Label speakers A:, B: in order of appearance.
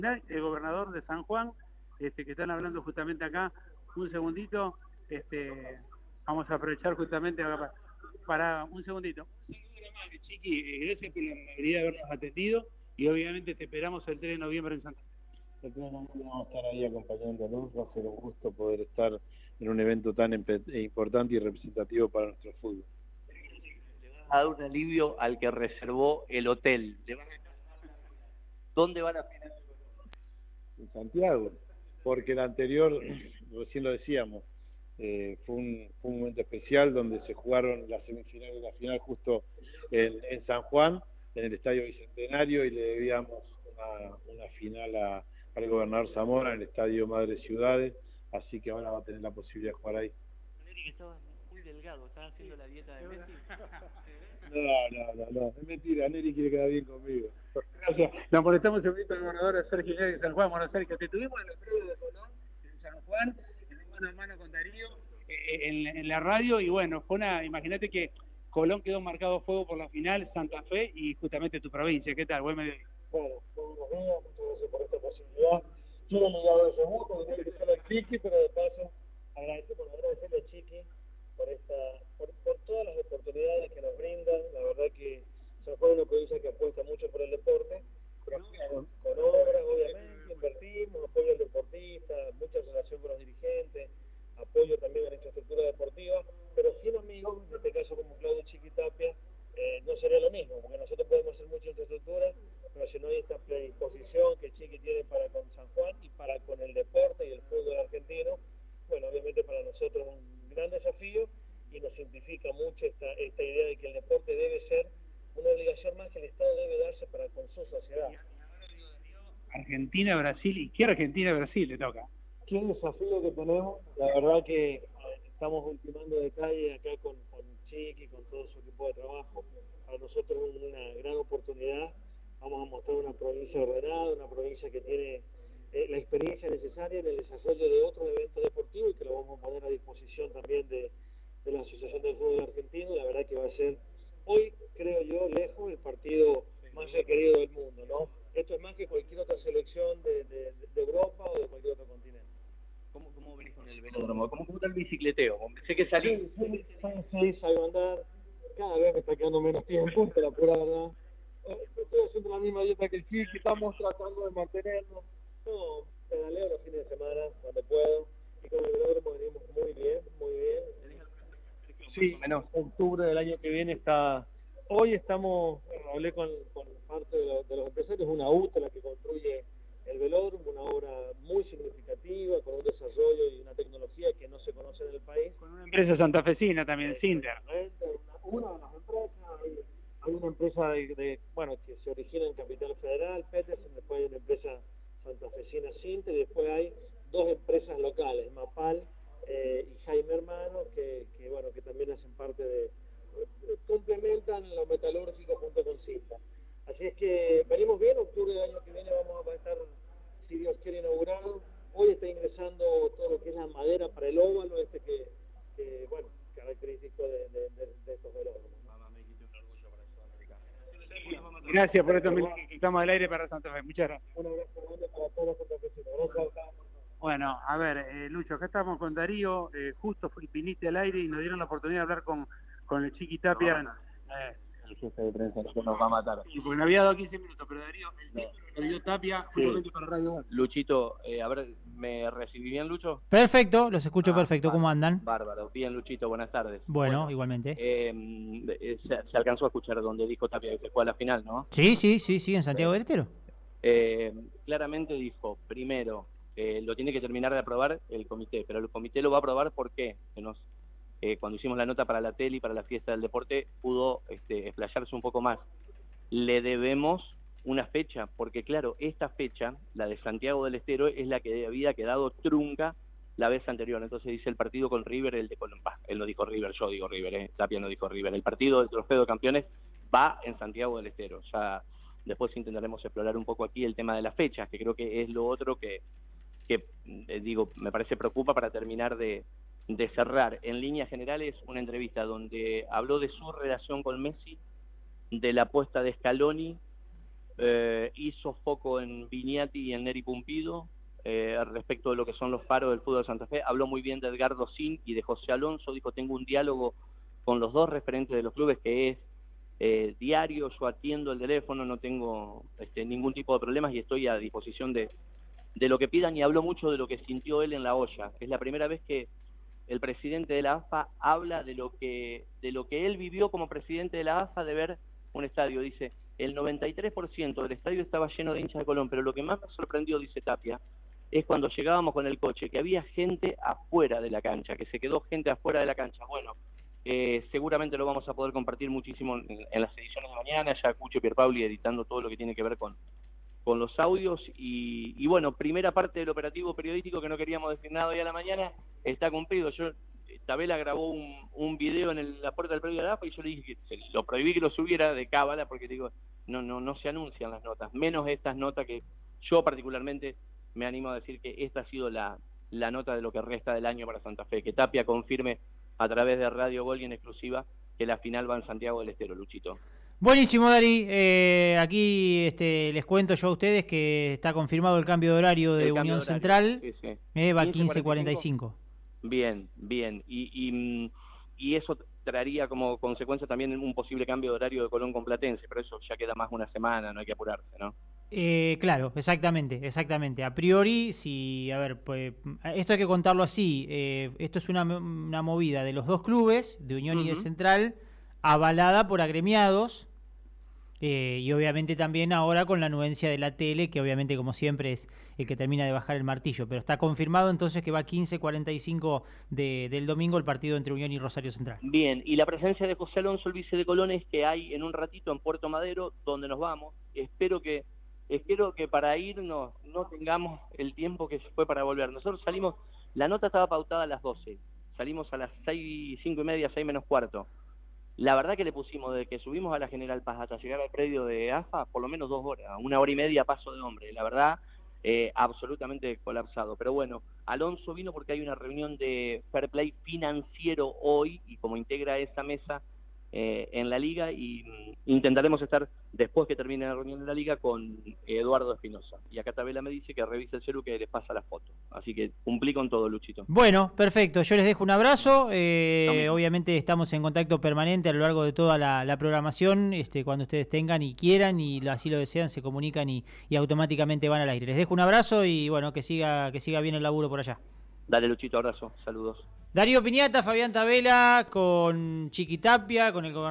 A: el gobernador de San Juan, que están hablando justamente acá. Un segundito, vamos a aprovechar justamente acá para un segundito. Chiqui, gracias por la amabilidad de habernos atendido y obviamente te esperamos el 3 de noviembre en Santa Fe.
B: Vamos a estar ahí acompañándonos, va a ser un gusto poder estar en un evento tan importante y representativo para nuestro fútbol.
C: Le vas a dar un alivio al que reservó el hotel. ¿Dónde van a final?
B: En Santiago, porque el anterior, recién lo decíamos, fue un momento especial donde se jugaron las semifinales y la final justo en San Juan, en el Estadio Bicentenario, y le debíamos una final al gobernador Zamora en el Estadio Madre Ciudades, así que ahora va a tener la posibilidad de jugar ahí.
C: Neri, que estabas muy delgado, ¿estás haciendo la dieta de Messi?
B: No, es mentira, Neri quiere quedar bien conmigo.
A: Gracias. Nos molestamos un poquito al gobernador Sergio Neri de San Juan. Bueno, Sergio, te tuvimos en la prueba de Colón, en San Juan, en mano a mano con Darío, en la radio, y bueno, imagínate que Colón quedó marcado a fuego por la final, Santa Fe y justamente tu provincia. ¿Qué tal? Buen mediodía.
D: Bueno, buenos días, muchas gracias por esta posibilidad. Yo no me llamo ese gusto, tenía que ser al Chiqui, pero de paso agradecerle a Chiqui por todas las oportunidades que nos brindan. La verdad que San Juan es una provincia que apuesta mucho por el deporte, con obras, obviamente, invertimos, apoyo al deportista, mucha relación con los dirigentes, apoyo también a la infraestructura deportiva, pero sin amigos, en este caso como Claudio Chiqui Tapia, no sería lo mismo, porque nosotros podemos hacer mucha infraestructura, pero si no hay esta predisposición que Chiqui tiene para con San Juan y para con el deporte y el fútbol argentino, bueno, obviamente para nosotros es un gran desafío y nos simplifica mucho esta idea de que el deporte debe ser una obligación más que el Estado debe darse para con su sociedad.
A: Argentina-Brasil, ¿y qué Argentina-Brasil le toca?
D: Qué desafío que tenemos, la verdad que estamos ultimando detalle acá con Chiqui, con todo su equipo de trabajo. Para nosotros es una gran oportunidad. Vamos a mostrar una provincia ordenada, una provincia que tiene la experiencia necesaria en el desarrollo de otros eventos deportivos y que lo vamos a poner a disposición también de la Asociación del Fútbol Argentino. La verdad que va a ser hoy, creo yo, lejos el partido más requerido del mundo, ¿no? Esto es más que cualquier otra selección de Europa o de cualquier otro continente.
C: ¿Cómo venís con el velódromo? ¿Cómo está el bicicleteo? Sé que salí.
D: Sí, salgo a andar. Cada vez me está quedando menos tiempo, pero la pura verdad. Estoy haciendo la misma dieta que el Chiqui, estamos tratando de mantenernos. No, pedaleo los fines de semana cuando puedo. Y con el velódromo venimos muy bien, muy bien. Sí, octubre del año que viene está. Hoy hablé con parte de los empresarios, una UTA la que construye el velódromo, una obra muy significativa, con un desarrollo y una tecnología que no se conoce en el país.
A: Con una empresa santafesina también, Sinter.
D: Una de las empresas, hay una empresa que se origina en Capital Federal, Petersen, después hay una empresa santafesina Sinter, y después hay dos empresas locales, Mapal y Jaime Hermanos, que también hacen parte complementan lo metalúrgico junto con Sinter. Así es que venimos bien, octubre del año que viene vamos a estar, si Dios quiere, inaugurado. Hoy está ingresando todo lo que es la madera para el óvalo, característico de estos velódromos.
A: Gracias por esto, estamos al aire para Santa Fe. Muchas gracias.
D: Un abrazo grande para todos los santafesinos.
A: Bueno, a ver, Lucho, acá estamos con Darío, justo viniste al aire y nos dieron la oportunidad de hablar con el Chiqui Tapia.
B: El jefe de prensa que nos va a matar.
A: Sí, porque me había dado 15 minutos, pero Darío, el texto lo dio Tapia justamente para Radio Gol.
C: Luchito, a ver, ¿me recibí bien, Lucho?
E: Perfecto, los escucho perfecto. ¿Cómo andan?
C: Bárbaro. Bien, Luchito, buenas tardes.
E: Bueno, igualmente.
C: Se alcanzó a escuchar donde dijo Tapia que se fue a la final, ¿no?
E: Sí, en Santiago del Estero.
C: Claramente dijo, primero, lo tiene que terminar de aprobar el comité, pero el comité lo va a aprobar porque cuando hicimos la nota para la tele y para la fiesta del deporte pudo explayarse un poco más. Le debemos una fecha, porque claro, esta fecha, la de Santiago del Estero, es la que había quedado trunca la vez anterior. Entonces dice el partido con River, el de Colombia. Él no dijo River, yo digo River, Tapia no dijo River. El partido del Trofeo de Campeones va en Santiago del Estero. Ya después intentaremos explorar un poco aquí el tema de las fechas, que creo que es lo otro que me parece preocupa para terminar de cerrar en líneas generales una entrevista donde habló de su relación con Messi, de la apuesta de Scaloni, hizo foco en Viñati y en Neri Pumpido, respecto de lo que son los faros del fútbol de Santa Fe. Habló muy bien de Edgardo Sin y de José Alonso. Dijo, tengo un diálogo con los dos referentes de los clubes que es diario. Yo atiendo el teléfono, no tengo ningún tipo de problemas y estoy a disposición de lo que pidan. Y habló mucho de lo que sintió él en La Olla, que es la primera vez que el presidente de la AFA habla de lo que él vivió como presidente de la AFA, de ver un estadio. Dice, el 93% del estadio estaba lleno de hinchas de Colón, pero lo que más me sorprendió, dice Tapia, es cuando llegábamos con el coche, que había gente afuera de la cancha, que se quedó gente afuera de la cancha. Bueno, seguramente lo vamos a poder compartir muchísimo en las ediciones de mañana, ya Cucho Pierpauli editando todo lo que tiene que ver con los audios, y bueno, primera parte del operativo periodístico que no queríamos decir nada hoy a la mañana, está cumplido. Tabela grabó un video en la puerta del predio de la AFA y yo le dije que lo prohibí que lo subiera de cábala porque digo, no se anuncian las notas, menos estas notas que yo particularmente me animo a decir que esta ha sido la nota de lo que resta del año para Santa Fe, que Tapia confirme a través de Radio Gol y en exclusiva que la final va en Santiago del Estero, Luchito.
E: Buenísimo, Dari. Aquí les cuento yo a ustedes que está confirmado el cambio de horario de Unión Central. Sí, sí. Va 15:45.
C: Bien. Y eso traería como consecuencia también un posible cambio de horario de Colón con Platense, pero eso ya queda más de una semana, no hay que apurarse, ¿no?
E: Claro, exactamente. A priori, pues esto hay que contarlo así. Esto es una movida de los dos clubes, de Unión y de Central, avalada por agremiados. Y obviamente también ahora con la anuencia de la tele, que obviamente como siempre es el que termina de bajar el martillo, pero está confirmado entonces que va 15:45 del domingo el partido entre Unión y Rosario Central.
C: Bien, y la presencia de José Alonso, el vice de Colón, es que hay en un ratito en Puerto Madero, donde nos vamos. Espero que para irnos no tengamos el tiempo que fue para volver. Nosotros salimos, la nota estaba pautada a las 12, salimos a las 5:30, 6 menos cuarto. La verdad que le pusimos, desde que subimos a la General Paz hasta llegar al predio de AFA, por lo menos 2 horas, 1 hora y media paso de hombre. La verdad, absolutamente colapsado. Pero bueno, Alonso vino porque hay una reunión de fair play financiero hoy, y como integra esa mesa en la Liga, y intentaremos estar, después que termine la reunión de la Liga, con Eduardo Espinosa. Y acá Tabela me dice que revise el celu, que les pasa la foto. Así que cumplí con todo, Luchito.
E: Bueno, perfecto. Yo les dejo un abrazo. Obviamente estamos en contacto permanente a lo largo de toda la programación. Cuando ustedes tengan y quieran y así lo desean, se comunican y automáticamente van al aire. Les dejo un abrazo y bueno, que siga bien el laburo por allá.
C: Dale, Luchito, abrazo. Saludos.
E: Darío Piñata, Fabián Tabela, con Chiqui Tapia, con el gobernador